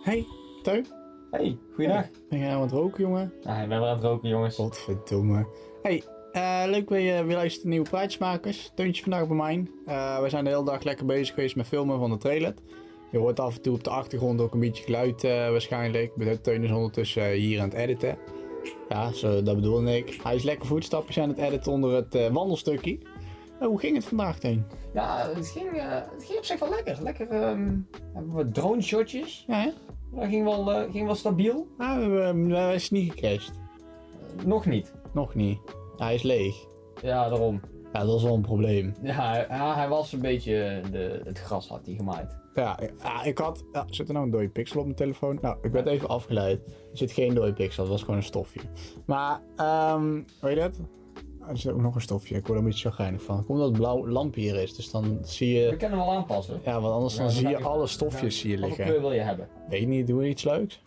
Hey, Teun. Hey, goeiedag. Ben jij aan het roken, jongen? Ja, ik ben weer aan het roken, jongens. Godverdomme. Hey, leuk weer luisteren naar nieuwe praatjesmakers. Teuntje vandaag bij mij. We zijn de hele dag lekker bezig geweest met filmen van de trailer. Je hoort af en toe op de achtergrond ook een beetje geluid waarschijnlijk. Teun is ondertussen hier aan het editen. Ja, zo, dat bedoelde ik. Hij is lekker voetstapjes aan het editen onder het wandelstukje. Hoe ging het vandaag, Teun? Ja, het ging op zich wel lekker. Hebben we drone shotjes. Ja, hè? Dat ging wel stabiel. Hij is niet gecrashed. Nog niet. Nog niet. Hij is leeg. Ja, daarom. Ja, dat is wel een probleem. Ja, hij was een beetje... Het gras had hij gemaaid. Ja, ik had... Ja, zit er nou een dode pixel op mijn telefoon? Nou, ik werd even afgeleid. Er zit geen dode pixel, dat was gewoon een stofje. Maar, weet je dat? Er zit ook nog een stofje, ik word er een beetje chagrijnig van. Komt dat het blauw lampje hier is, dus dan zie je... We kunnen hem wel aanpassen. Ja, want anders dan zie je alle stofjes hier liggen. Wat kleur wil je hebben? Weet niet, doen we iets leuks?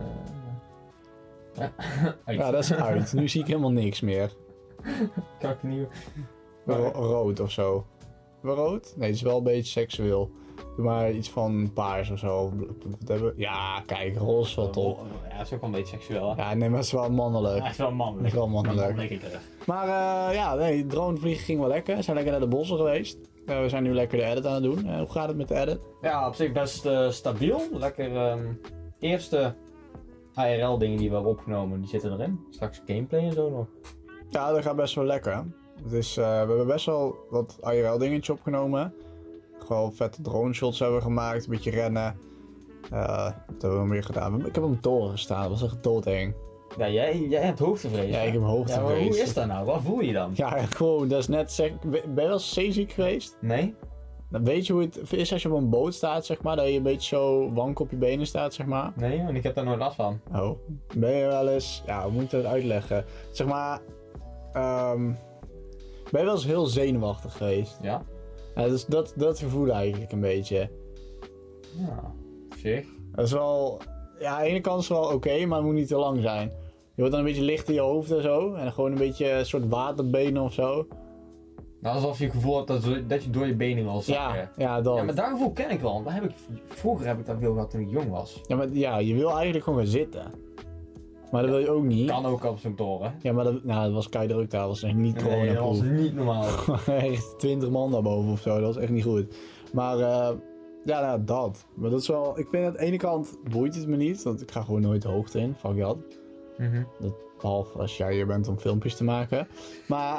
Uit. Ja, dat is uit. Nu zie ik helemaal niks meer. Kan ik niet... Rood of zo. Rood? Nee, het is wel een beetje seksueel. Doe maar iets van paars of zo. Ja, kijk, roze is wel top. Ja, dat is ook wel een beetje seksueel, hè? Ja, nee, maar het is wel mannelijk. Ja, het is wel mannelijk. Het is wel mannelijk. Mannelijker. Maar ja, nee, dronevliegen ging wel lekker. We zijn lekker naar de bossen geweest. We zijn nu lekker de edit aan het doen. Hoe gaat het met de edit? Ja, op zich best stabiel. Lekker. Eerste IRL dingen die we hebben opgenomen, die zitten erin. Straks gameplay en zo nog. Ja, dat gaat best wel lekker. Dus we hebben best wel wat IRL dingetjes opgenomen. Gewoon vette drone shots hebben we gemaakt. Een beetje rennen. Wat hebben we meer gedaan? Ik heb op een toren gestaan. Dat was echt doodeng. Ja, jij hebt hoogtevrees. Ja, ik heb hoogtevrees. Ja, maar hoe is dat nou? Wat voel je dan? Ja, gewoon, dat is net ben je wel eens zeeziek geweest? Nee? Dan weet je hoe het is als je op een boot staat, zeg maar, dat je een beetje zo wank op je benen staat, zeg maar. Nee, want ik heb daar nooit last van. Oh, ben je wel eens, ja, hoe moet ik dat uitleggen? Zeg maar, ben je wel eens heel zenuwachtig geweest? Ja? Ja, dus dat gevoel eigenlijk een beetje. Ja, op zich. Dat is wel, ja, aan de ene kant is het wel oké, maar het moet niet te lang zijn. Je wordt dan een beetje licht in je hoofd en zo, en dan gewoon een beetje een soort waterbenen of zo. Nou, alsof je het gevoel hebt dat je door je benen wil zakken. Ja, dat. Ja, maar dat gevoel ken ik wel. Vroeger heb ik dat veel gehad toen ik jong was. Ja, maar ja, je wil eigenlijk gewoon gaan zitten. Maar dat wil je ook niet. Kan ook op zo'n toren. Ja, maar dat was keidruk daar. Dat was echt niet Nee, dat coronaproof. was niet normaal. Echt 20 man daarboven of zo. Dat was echt niet goed. Maar ja, nou, dat. Maar dat is wel... Ik vind aan de ene kant boeit het me niet. Want ik ga gewoon nooit de hoogte in. Fuck dat. Behalve als jij hier bent om filmpjes te maken. Maar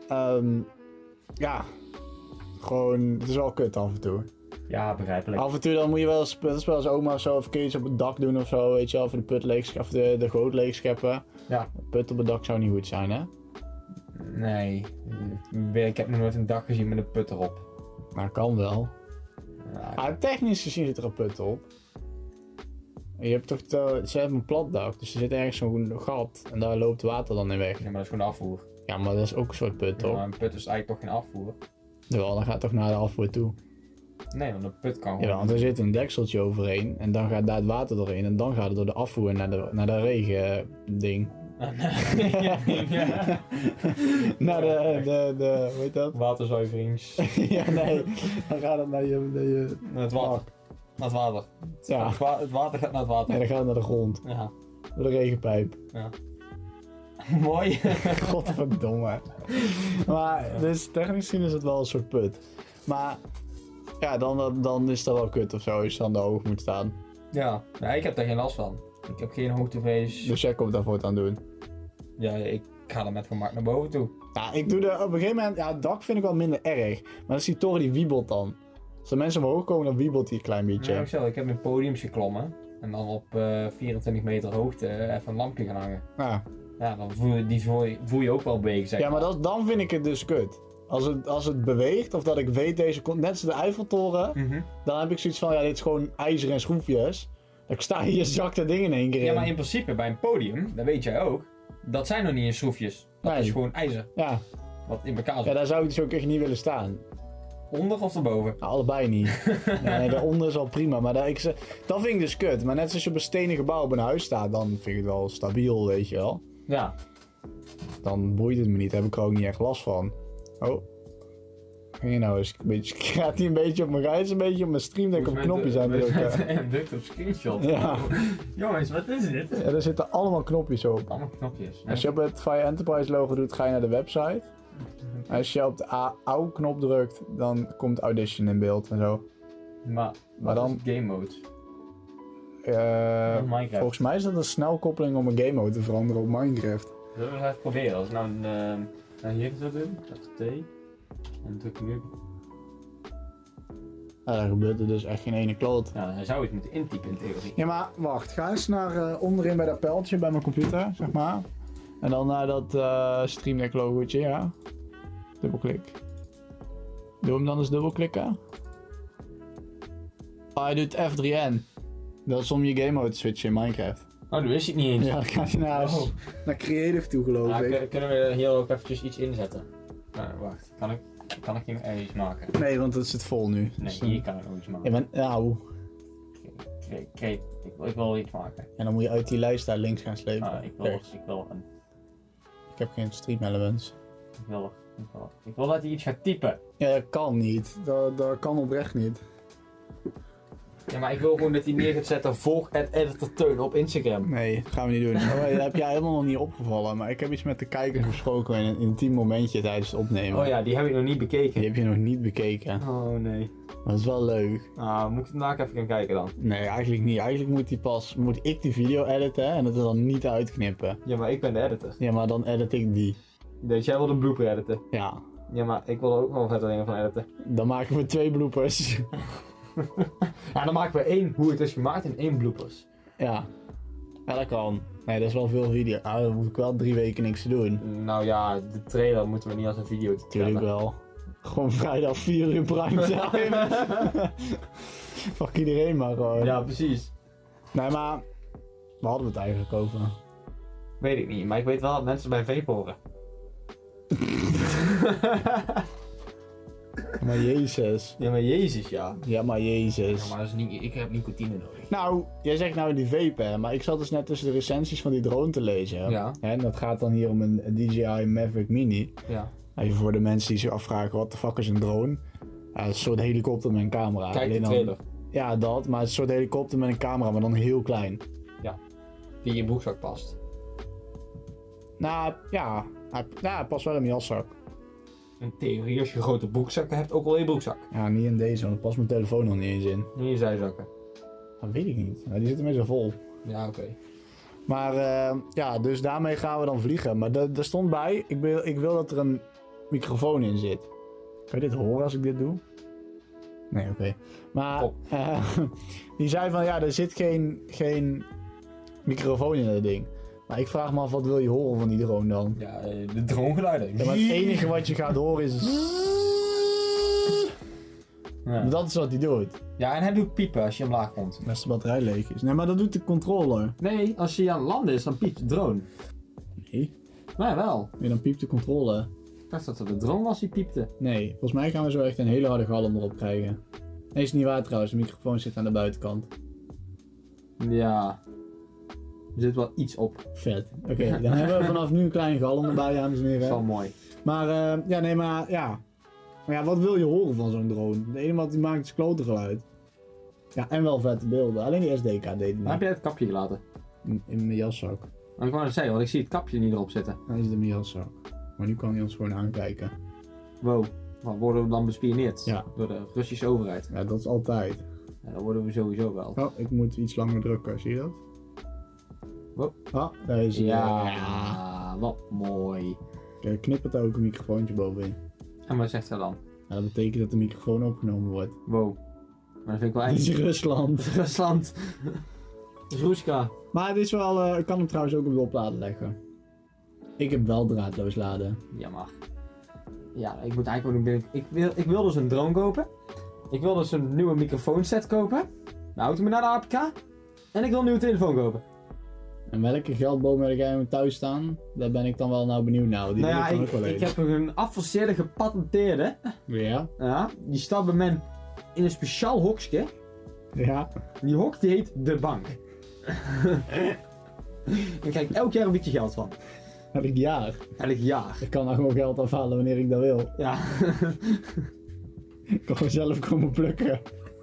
ja. Gewoon... Het is wel kut af en toe. Ja, begrijpelijk. Af en toe dan moet je wel eens... Dat is wel als oma of zo. Of een keer iets op het dak doen of zo. Weet je wel. Of de put leeg... Of de goot leeg scheppen. Ja. Een put op het dak zou niet goed zijn, hè? Nee. Ik heb nog nooit een dak gezien met een put erop. Nou, kan wel. Ja, Technisch gezien zit er een put op. Je hebt toch ze hebben een plat dak, dus er zit ergens zo'n gat en daar loopt water dan in weg. maar dat is gewoon de afvoer. Ja, maar dat is ook een soort put, Ja, toch? maar een put is eigenlijk toch geen afvoer? Jawel, dan gaat het toch naar de afvoer toe. Nee, want een put kan Ja, gewoon... want er zit een dekseltje overheen en dan gaat daar het water doorheen en dan gaat het door de afvoer naar de regen ding. ja. Naar de, hoe heet dat? Waterzuiverings... Ja, nee, dan gaat het naar je het water. Naar het water. Ja. Het water gaat naar het water. Nee, dan gaat het naar de grond, Ja. door de regenpijp. Ja. Mooi. Godverdomme. Maar dus technisch gezien is het wel een soort put. Maar ja, dan is dat wel kut of zo als je aan de hoog moet staan. Ja, nee, ik heb daar geen last van. Ik heb geen hoogtevrees. Dus jij komt daarvoor het aan doen. Ja, ik ga er met gemak naar boven toe. Ja, ik doe er op een gegeven moment... Ja, het dak vind ik wel minder erg. Maar als die toren die wiebelt dan. Als de mensen omhoog komen, dan wiebelt die een klein beetje. Ja, ik heb in podiums geklommen. En dan op 24 meter hoogte even een lampje gaan hangen. Ja, Ja, dan voel je ook wel bewegen, zeg ja maar dan vind ik het dus kut. Als het beweegt, of dat ik weet deze komt, net als de Eiffeltoren, dan heb ik zoiets van, ja, dit is gewoon ijzer en schroefjes. Dan sta je, je zakt dat ding in één keer in. Ja, maar in principe bij een podium, dat weet jij ook, dat zijn nog niet eens schroefjes. Dat Nee. is gewoon ijzer, Ja. wat in elkaar zit. Ja, daar zou ik dus ook echt niet willen staan. Onder of erboven? Nou, allebei niet. Nee, daaronder is al prima. Maar dat vind ik dus kut. Maar net als je op een stenen gebouw op een huis staat, dan vind ik het wel stabiel, weet je wel. Ja. Dan boeit het me niet. Daar heb ik er ook niet echt last van. Oh. je nou eens een beetje, gaat hij een beetje op mijn reis, een beetje op mijn stream deck op knopjes aan drukken. En drukt op screenshot. Ja. Jongens, wat is dit? Ja, er zitten allemaal knopjes op. Allemaal knopjes. Als je op het Fire Enterprise logo doet, ga je naar de website. Als je op de AU knop drukt, dan komt Audition in beeld en zo. Maar dan game mode. Minecraft. Volgens mij is dat een snelkoppeling om een game mode te veranderen op Minecraft. Zullen we eens even proberen? Als ik nou hier zo doen, T. En druk ik nu. Ja, daar gebeurt er dus echt geen ene kloot. Ja, hij zou het moeten intypen in theorie. Ja, maar wacht. Ga eens naar onderin bij dat pijltje bij mijn computer, zeg maar. En dan naar dat Stream Deck logootje, ja. Dubbelklik. Doe hem dan eens dubbelklikken. Oh, hij doet F3N. Dat is om je game mode te switchen in Minecraft. Oh, dat wist ik niet eens. Ja, dan gaat hij naar Creative toe, geloof ik. Kunnen we hier ook eventjes iets inzetten? Nou, wacht. Kan ik hier nog iets maken? Nee, want het zit vol nu. Nee, Dus hier kan ik nog iets maken. Ja, maar, nou. Ik wil iets maken. En dan moet je uit die lijst daar links gaan slepen. Ik heb geen stream elements. Ik wil dat hij iets gaat typen. Ja, dat kan niet. Dat kan oprecht niet. Ja, maar ik wil gewoon dat hij neer gaat zetten. Volg @editorteun op Instagram. Nee, dat gaan we niet doen. Dat heb jij helemaal nog niet opgevallen. Maar ik heb iets met de kijkers besproken in een intiem momentje tijdens het opnemen. Oh ja, die heb ik nog niet bekeken. Die heb je nog niet bekeken. Oh nee. Dat is wel leuk. Nou, moet ik vandaag even gaan kijken dan? Nee, eigenlijk niet. Eigenlijk moet ik die video editen en het er dan niet uitknippen. Ja, maar ik ben de editor. Ja, maar dan edit ik die. Dus jij wil een blooper editen? Ja. Ja, maar ik wil er ook wel vette dingen van editen. Dan maken we 2 bloopers. Ja, dan maken we 1 hoe het is gemaakt en 1 bloopers. Ja. Ja, dat kan. Nee, dat is wel veel video. Nou, dan moet ik wel 3 weken niks te doen. Nou ja, de trailer moeten we niet als een video te Tuurlijk wel. Gewoon vrijdag 4 uur primetime. Fuck iedereen maar gewoon. Ja, precies. Nee, maar... Waar hadden we het eigenlijk over? Weet ik niet, maar ik weet wel dat mensen bij vape horen. Maar jezus. Ja, maar jezus, ja. Ja, maar jezus. Ja, maar dat is niet, ik heb nicotine nodig. Nou, jij zegt nou die vape, hè, maar ik zat dus net tussen de recensies van die drone te lezen. Ja. En dat gaat dan hier om een DJI Mavic Mini. Ja. Even voor de mensen die zich afvragen, wat de fuck is een drone? Ja, het is een soort helikopter met een camera. Kijk de Alleen trailer. Dan, ja, dat, maar het is een soort helikopter met een camera, maar dan heel klein. Ja. Die in je broekzak past. Nou, ja. Hij past wel in mijn jaszak. In theorie, als je grote broekzakken hebt, ook wel in je broekzak. Ja, niet in deze, want er past mijn telefoon nog niet eens in. Niet in je zijzakken. Dat weet ik niet. Nou, die zitten meestal vol. Ja, oké. Maar ja, dus daarmee gaan we dan vliegen. Maar daar stond bij, ik wil dat er een microfoon in zit. Kan je dit horen als ik dit doe? Nee, oké. Maar die zei van, ja, er zit geen microfoon in dat ding. Maar ik vraag me af, wat wil je horen van die drone dan? Ja, de dronegeluiden. Ja, maar het enige wat je gaat horen is... Ja. Dat is wat hij doet. Ja, en hij doet piepen als je omlaag komt. Als de batterij leeg is. Nee, maar dat doet de controller. Nee, als je aan het landen is, dan piept de drone. Nee. Nee, wel. Nee, dan piept de controller. Ik dacht dat het de drone was die piepte. Nee, volgens mij gaan we zo echt een hele harde galm erop krijgen. Nee, is niet waar trouwens. De microfoon zit aan de buitenkant. Ja. Er zit wel iets op. Vet. Oké, dan hebben we vanaf nu een kleine galm erbij, dames en Dat is wel heren. mooi. Maar ja, nee, maar ja. Maar ja, wat wil je horen van zo'n drone? De ene wat die maakt is klote geluid. Ja, en wel vette beelden. Alleen die SDK deed het Waar heb niet. jij het kapje gelaten? In mijn jaszak. Maar ik wou het zeggen, want ik zie het kapje niet erop zitten. Hij is in mijn jaszak. Maar nu kan hij ons gewoon aankijken. Wow. Maar worden we dan bespioneerd? Ja. Door de Russische overheid? Ja, dat is altijd. Ja, dan worden we sowieso wel. Oh, ik moet iets langer drukken. Zie je dat? Wow. Ah, daar is hij. Ja, wat mooi. Kijk, knippert ook een microfoontje bovenin. En wat zegt hij dan? Ja, dat betekent dat de microfoon opgenomen wordt. Wow. Maar dat vind ik wel Dit is eigenlijk... Rusland. Rusland. Dat is Roeska. Maar het is wel, ik kan hem trouwens ook op de oplader leggen. Ik heb wel draadloos laden. Ja, mag. Ja, ik moet eigenlijk ook nog ik wil dus een drone kopen. Ik wil dus een nieuwe microfoonset kopen. Mijn auto moet naar de APK. En ik wil een nieuwe telefoon kopen. En welke geldboom heb jij thuis staan? Daar ben ik dan wel nou benieuwd naar. Die Nou ja, wil ik dan ook wel ik eens. heb een afforceerde gepatenteerde. Ja? Ja, die staat bij mij in een speciaal hokje. Ja. Die hok die heet de bank. Daar krijg ik elk jaar een beetje geld van. Elk jaar. Elk jaar. Ik kan nou gewoon geld afhalen wanneer ik dat wil. Ja. Ik kan gewoon zelf komen plukken.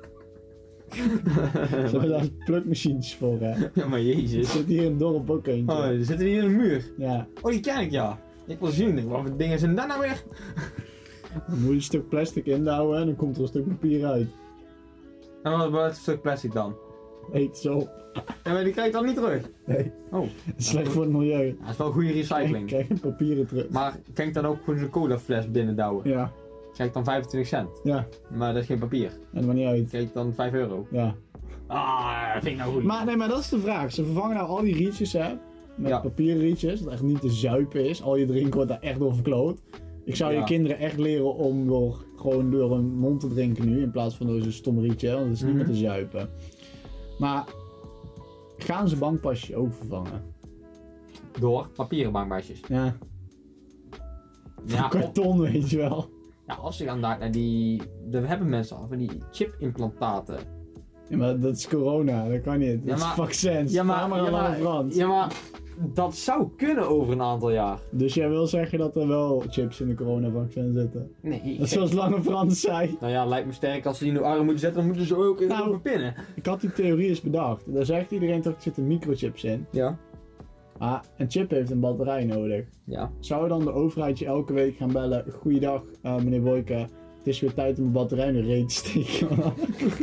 Ze hebben daar plukmachines voor, hè. Ja, maar Er jezus. zit hier in het dorp ook eentje. Oh, er zitten hier in de muur. Ja, Oh, die ken ik, ja. Ik wil zien, denk, wat voor dingen zijn dat nou weer? dan moet je een stuk plastic indouwen en dan komt er een stuk papier uit. En wat is het stuk plastic dan? Eet zo. En maar die krijg je dan niet terug? Nee, Oh, dat is slecht voor het milieu. dat is wel goede recycling. Krijg je papieren terug. Maar kan ik dan ook gewoon een colafles binnendouwen? Ja, Krijg ik dan 25 cent? ja. Maar dat is geen papier. En dat maakt niet uit. Krijg ik dan 5 euro? Ja. Ah, dat vind ik nou goed. Maar dat is de vraag. Ze vervangen nou al die rietjes, hè. Met Ja. papieren rietjes, dat echt niet te zuipen is. Al je drinken wordt daar echt door verkloot. Ik zou je Ja. kinderen echt leren om gewoon door hun mond te drinken nu. In plaats van door zo'n stom rietje, want dat is niet meer te zuipen. Maar gaan ze bankpasjes ook vervangen? Door papieren bankbasjes. Ja, Ja, karton weet je wel. ja, als je dan daar naar die... Er hebben mensen al van die chip-implantaten. Ja, maar dat is corona, dat kan niet. Dat Ja, is maar- vaccins. Ja, Vraag maar aan Frans. ja, maar dat zou kunnen over een aantal jaar. Dus jij wil zeggen dat er wel chips in de coronavaccin zitten? Nee. Dat is zoals Lange Frans zei. Nou ja, lijkt me sterk als ze die in de arm moeten zetten, dan moeten ze ook in Nou. de pinnen. Ik had die theorie eens bedacht. Daar zegt iedereen dat er zitten microchips in. Ja. Maar een chip heeft een batterij nodig. Ja. Zou dan de overheid je elke week gaan bellen? Goeiedag, meneer Boyke. Het is weer tijd om mijn batterij in de reet te steken.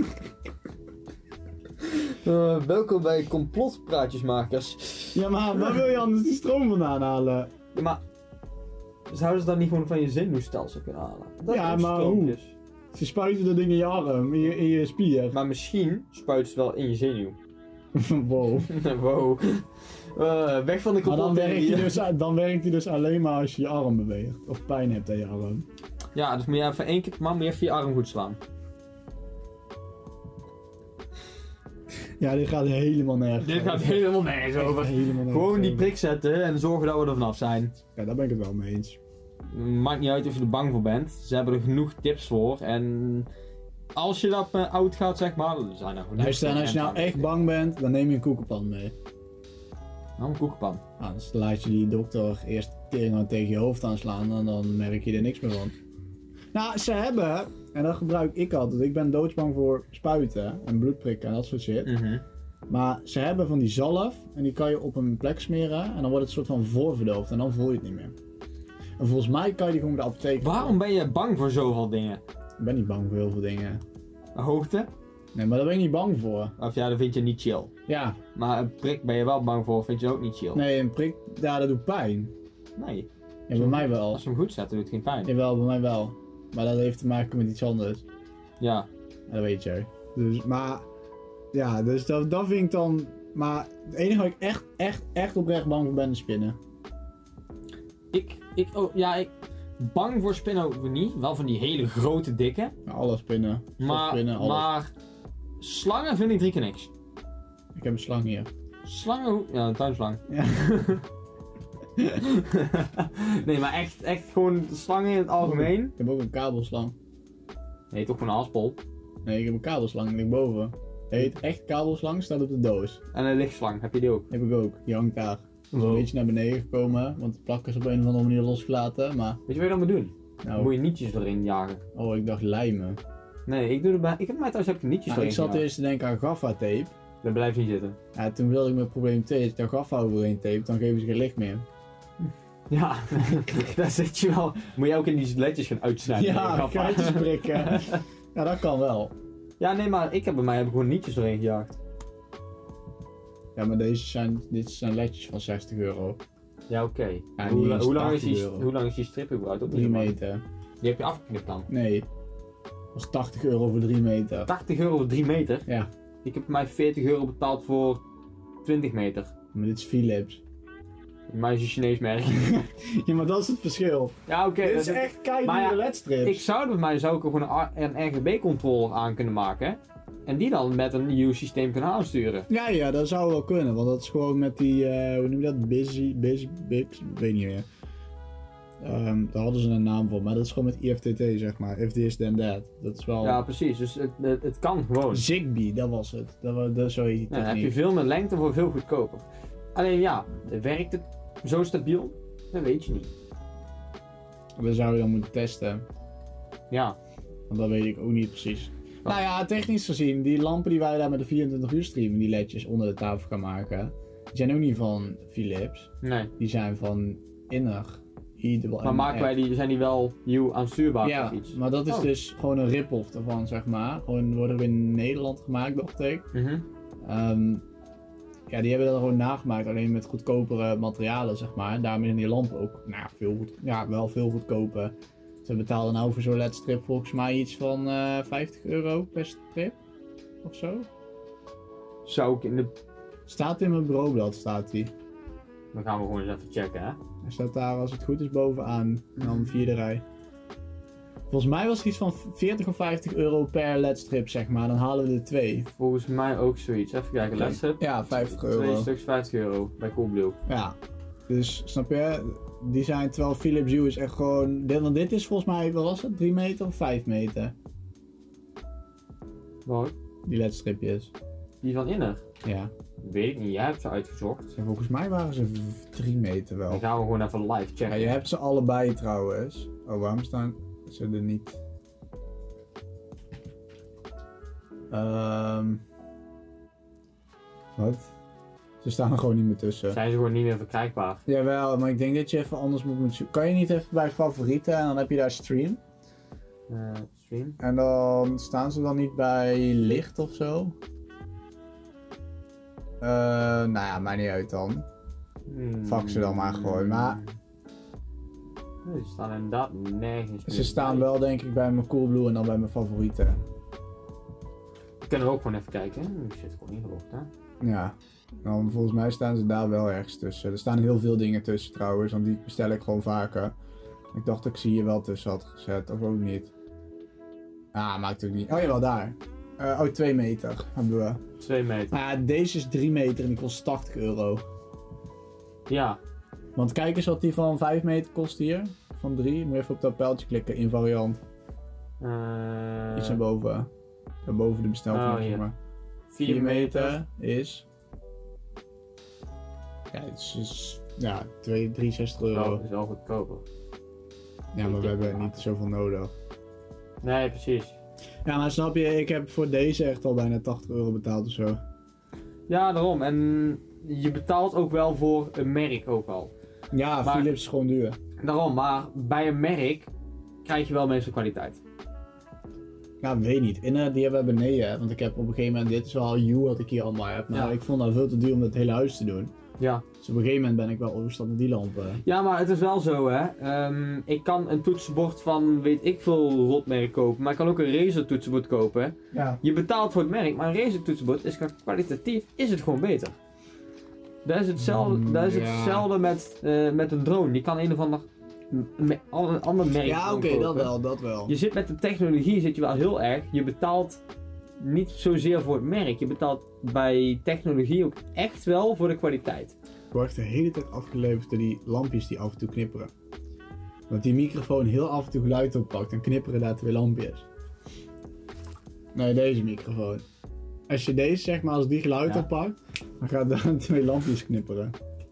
Welkom bij complotpraatjesmakers. Ja, maar waar wil je anders die stroom vandaan halen? Ja, maar zouden ze dat niet gewoon van je zenuwstelsel kunnen halen? Dat Ja, is ook maar stroompjes. Ze spuiten dat ding in je arm, in je spier. Maar misschien spuiten ze wel in je zenuw. Wow. Wow. Weg van de Maar complottheorie. dan werkt hij dus alleen maar als je je arm beweegt. Of pijn hebt aan je arm. Ja, dus moet je even 1 keer per maand meer via je arm goed slaan. Ja, dit gaat helemaal nergens. Dit gaat helemaal nergens Echt over. helemaal nergens Gewoon die over. prik zetten en zorgen dat we er vanaf zijn. Ja, daar ben ik het wel mee eens. Maakt niet uit of je er bang voor bent. Ze hebben er genoeg tips voor. En als je dat oud gaat, zeg maar, dan zijn er genoeg. Luister, en als je nou echt bang bent, dan neem je een koekenpan mee. Nou, een koekenpan. Anders laat je die dokter eerst tering tegen je hoofd aanslaan en dan merk je er niks meer van. Nou, ze hebben, en dat gebruik ik altijd, ik ben doodsbang voor spuiten en bloedprikken en dat soort shit. Maar ze hebben van die zalf en die kan je op een plek smeren en dan wordt het een soort van voorverdoofd en dan voel je het niet meer. En volgens mij kan je die gewoon bij de apotheek. Waarom ben je bang voor zoveel dingen? Ik ben niet bang voor heel veel dingen. Hoogte? Nee, maar daar ben ik niet bang voor. Of ja, dat vind je niet chill. Ja, Maar een prik ben je wel bang voor, vind je ook niet chill. nee, een prik, ja, dat doet pijn. Nee. Ja, bij mij wel. Als je hem goed zet, doet het geen pijn. Jawel, bij mij wel. Maar dat heeft te maken met iets anders. Ja. Ja, dat weet je. Dus, maar, ja, dus dat vind ik dan. Maar het enige waar ik echt oprecht bang voor ben, is spinnen. Ik bang voor spinnen ook niet. Wel van die hele grote, dikke. Ja, alle spinnen. Spinnen, alles. Maar slangen vind ik 3 keer niks. Ik heb een slang hier. Slangen, ja, een tuinslang. Ja. Nee, maar echt gewoon slangen in het algemeen. Ik heb ook een kabelslang. Nee, toch gewoon een haspel. Nee, ik heb een kabelslang, die ligt boven. Het heet echt kabelslang, staat op de doos. En een lichtslang, heb je die ook? Die heb ik ook, die hangt daar. Die is een Wow. beetje naar beneden gekomen, want de plak is op een of andere manier losgelaten. Maar, Weet je wat je dan moet doen? Dan moet nou, je nietjes erin jagen. oh, ik dacht lijmen. Nee, ik doe erbij. Ik heb mij thuis ook nietjes Nou, erin ik zat gejaagd. eerst te denken aan gaffa-tape. Dat blijft niet zitten. Ja, toen wilde ik met probleem 2, als ik daar gaffa overheen tape, dan geven ze geen licht meer. Ja, daar zit je wel. Moet je ook in die ledjes gaan uitsnijden? Ja, Gaffa. kaartjes prikken. Ja, dat kan wel. Ja, nee, maar bij mij heb ik gewoon nietjes erin gejaagd. Ja, maar dit zijn ledjes van 60 euro. Ja, oké. Ja, Hoe, niet eens hoe, lang 80 is euro. hoe lang is die strip überhaupt? Op 3 meter. Die heb je afgeknipt dan. Nee. Dat was 80 euro voor 3 meter. 80 euro voor 3 meter? Ja, Ik heb bij mij 40 euro betaald voor 20 meter. maar dit is Philips. Bij mij is een Chinees merk. Ja, maar dat is het verschil. Ja, oké. Dit dat is echt keidure Maar ja, ledstrips. bij mij zou ik er gewoon een RGB-controller aan kunnen maken. En die dan met een nieuw systeem kunnen aansturen. Ja, dat zou wel kunnen, want dat is gewoon met die, hoe noem je dat? Bix, ik weet niet meer. Daar hadden ze een naam voor, maar dat is gewoon met IFTT, zeg maar. If this, then that. Dat is wel... Ja, precies. Dus het kan gewoon. Zigbee, dat was het. Dat zo heet die Ja, dan heb techniek. je veel meer lengte voor veel goedkoper. Alleen ja, werkt het zo stabiel? Dat weet je niet. Dat zou je dan moeten testen. Ja. Want dat weet ik ook niet precies. Nou ja, technisch gezien, die lampen die wij daar met de 24 uur streaming, die ledjes onder de tafel gaan maken, die zijn ook niet van Philips. Nee. Die zijn van Inner. Maar zijn die wel nieuw aanstuurbaar ja, of iets? maar dat is dus gewoon een rip-off ervan, zeg maar. Gewoon worden we in Nederland gemaakt, dacht ik. Ja, die hebben dat gewoon nagemaakt, alleen met goedkopere materialen, zeg maar. En daarmee zijn die lampen ook wel veel goedkoper. Ze betalen nou voor zo'n LED-strip volgens mij iets van €50 per strip. Of zo. Zou ik in de... Staat in mijn bureaublad, staat die. Dan gaan we gewoon eens even checken, hè. Hij staat daar, als het goed is, bovenaan. Dan vierde rij. Volgens mij was het iets van €40 of €50 per LED-strip, zeg maar. Dan halen we er 2. Volgens mij ook zoiets. Even kijken, LED-strip. Ja, €50. 2 stuks €50 bij Coolblue. Ja. Dus, snap je? Die zijn, terwijl Philips Hue is echt gewoon... Want dit is volgens mij, wat was het? 3 meter of 5 meter? Wat? Die LED-stripjes. Die van Inner? Ja. Weet ik niet, jij hebt ze uitgezocht. Ja, volgens mij waren ze 3 meter wel. Dan gaan we gewoon even live checken. Ja, je hebt ze allebei trouwens. Oh, waarom staan ze er niet? Wat? Ze staan er gewoon niet meer tussen. Zijn ze gewoon niet meer verkrijgbaar? Jawel, maar ik denk dat je even anders moet zoeken. Kan je niet even bij favorieten en dan heb je daar stream? Stream? En dan staan ze dan niet bij licht of zo? Nou ja, maakt niet uit dan. Fuck ze dan maar gewoon, maar... Nee, ze staan inderdaad nergens meer. Ze staan wel denk ik bij mijn Coolblue en dan bij mijn favorieten. Kunnen we ook gewoon even kijken. Ik zit gewoon ingelogd, hè. Ja, nou, volgens mij staan ze daar wel ergens tussen. Er staan heel veel dingen tussen trouwens, want die bestel ik gewoon vaker. Ik dacht dat ik ze hier wel tussen had gezet, of ook niet. Ah, maakt ook niet. Oh jawel, daar. 2 meter hebben we. 2 meter. Deze is 3 meter en die kost €80. Ja. Want kijk eens wat die van 5 meter kost hier. Van 3. Moet je even op dat pijltje klikken in variant. Iets naar boven. Daarboven de bestelknop, zeg maar. 4 meter is... Ja, het is... Ja, €63. Dat is wel goedkoper. Ja, maar we hebben niet zoveel nodig. Nee, precies. Ja, maar snap je, ik heb voor deze echt al bijna €80 betaald of zo. Ja, daarom. En je betaalt ook wel voor een merk ook al. Ja, maar, Philips is gewoon duur. Daarom, maar bij een merk krijg je wel meestal kwaliteit. Ja, weet niet. Die hebben we beneden, want ik heb op een gegeven moment, dit is wel Hue wat ik hier allemaal heb, maar ik vond dat veel te duur om het hele huis te doen. Ja. Dus op een gegeven moment ben ik wel overgestapt naar die lampen. Ja, maar het is wel zo, hè. Ik kan een toetsenbord van weet ik veel rotmerk kopen, maar ik kan ook een Razer toetsenbord kopen. Ja. Je betaalt voor het merk, maar een Razer toetsenbord is kwalitatief is het gewoon beter. Dat is hetzelfde met een drone. Die kan een of ander merk. Ja, oké, dat wel. Je zit met de technologie zit je wel heel erg. Je betaalt niet zozeer voor het merk. Je betaalt bij technologie ook echt wel voor de kwaliteit. Ik word de hele tijd afgeleverd door die lampjes die af en toe knipperen. Want die microfoon heel af en toe geluid oppakt, dan knipperen daar 2 lampjes. Nee, deze microfoon. Als je deze, zeg maar, als die geluid oppakt, dan gaat daar 2 lampjes knipperen.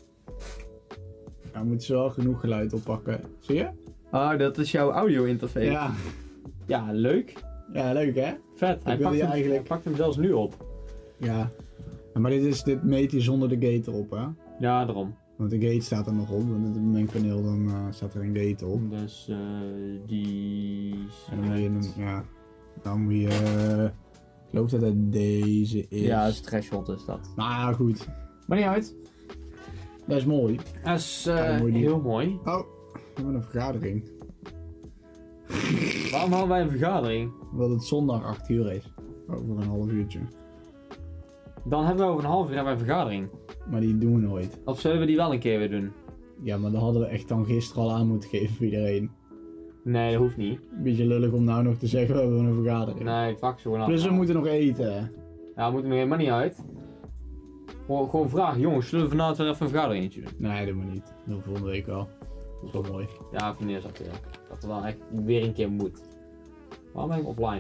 Dan moeten ze wel genoeg geluid oppakken. Zie je? Oh, dat is jouw audio interface. Ja. Ja, leuk. Ja, leuk hè? Vet. Hij pakt hem zelfs nu op. Ja. Maar dit meet hij zonder de gate erop, hè? Ja, daarom. Want de gate staat er nog op, want het mengpaneel dan staat er een gate op. Dus die... En dan moet je, ik geloof dat het deze is. Ja, is threshold is dat. Maar goed. Maar niet uit. Dat is mooi. Dat is heel mooi. Oh, we hebben een vergadering. Waarom hadden wij een vergadering? Omdat het zondag 8 uur is. Over een half uurtje. Dan hebben we over een half uur een vergadering. Maar die doen we nooit. Of zullen we die wel een keer weer doen? Ja, maar dat hadden we echt dan gisteren al aan moeten geven voor iedereen. Nee, dat hoeft niet. Beetje lullig om nou nog te zeggen we hebben een vergadering. Nee, fuck zo. Plus we moeten nog eten. Ja, we moeten nog helemaal niet uit. Gewoon vragen, jongens, zullen we vanavond weer even een vergadering doen? Nee, dat moet niet. Dat doen we volgende week wel. Dat is wel mooi. Ja, van neerzet weer. Dat er wel echt weer een keer moet. Waarom ben ik offline?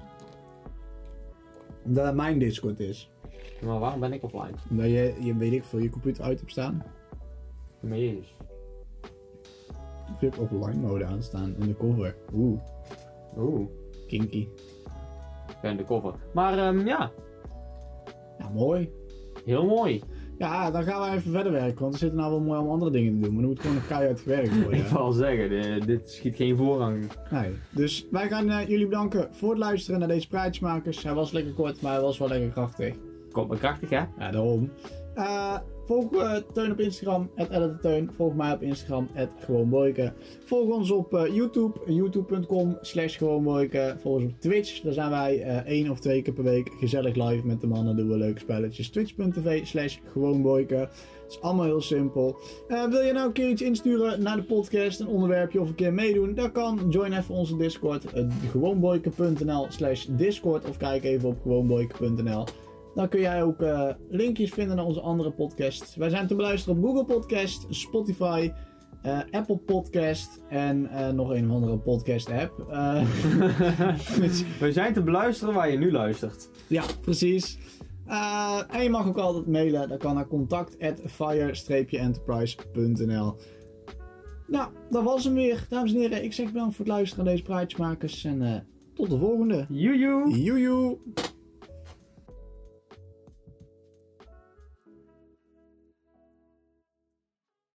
Omdat het mijn Discord is. Maar waarom ben ik offline? Omdat je weet ik veel, je computer uit hebt staan. Maar jezus. Of je hebt offline mode aanstaan in de cover. Oeh. Kinky. En de cover. Maar ja. Ja, mooi. Heel mooi. Ja, dan gaan we even verder werken, want er zitten nou wel mooi om andere dingen te doen. Maar dan moet gewoon nog keihard gewerkt worden. Ik wil al zeggen, dit schiet geen voorrang. Nee, dus wij gaan jullie bedanken voor het luisteren naar deze Praatjesmakers. Hij was lekker kort, maar hij was wel lekker krachtig. Komt maar krachtig, hè? Ja, daarom. Volg Teun op Instagram, @editorteun. Volg mij op Instagram, @gewoonboyke. Volg ons op YouTube, youtube.com/gewoonboyke. Volg ons op Twitch, daar zijn wij 1 of 2 keer per week gezellig live met de mannen, doen we leuke spelletjes. Twitch.tv/gewoonboyke. Het is allemaal heel simpel. Wil je nou een keer iets insturen naar de podcast, een onderwerpje of een keer meedoen? Dat kan. Join even onze Discord, gewoonboyke.nl/discord of kijk even op gewoonboyke.nl. Dan kun jij ook linkjes vinden naar onze andere podcasts. Wij zijn te beluisteren op Google Podcast, Spotify, Apple Podcast en nog een of andere podcast app. We zijn te beluisteren waar je nu luistert. Ja, precies. En je mag ook altijd mailen. Dat kan naar contact@fire-enterprise.nl. Nou, dat was hem weer. Dames en heren, ik zeg bedankt voor het luisteren naar deze Praatjesmakers. En tot de volgende. Joejoe! Joejoe!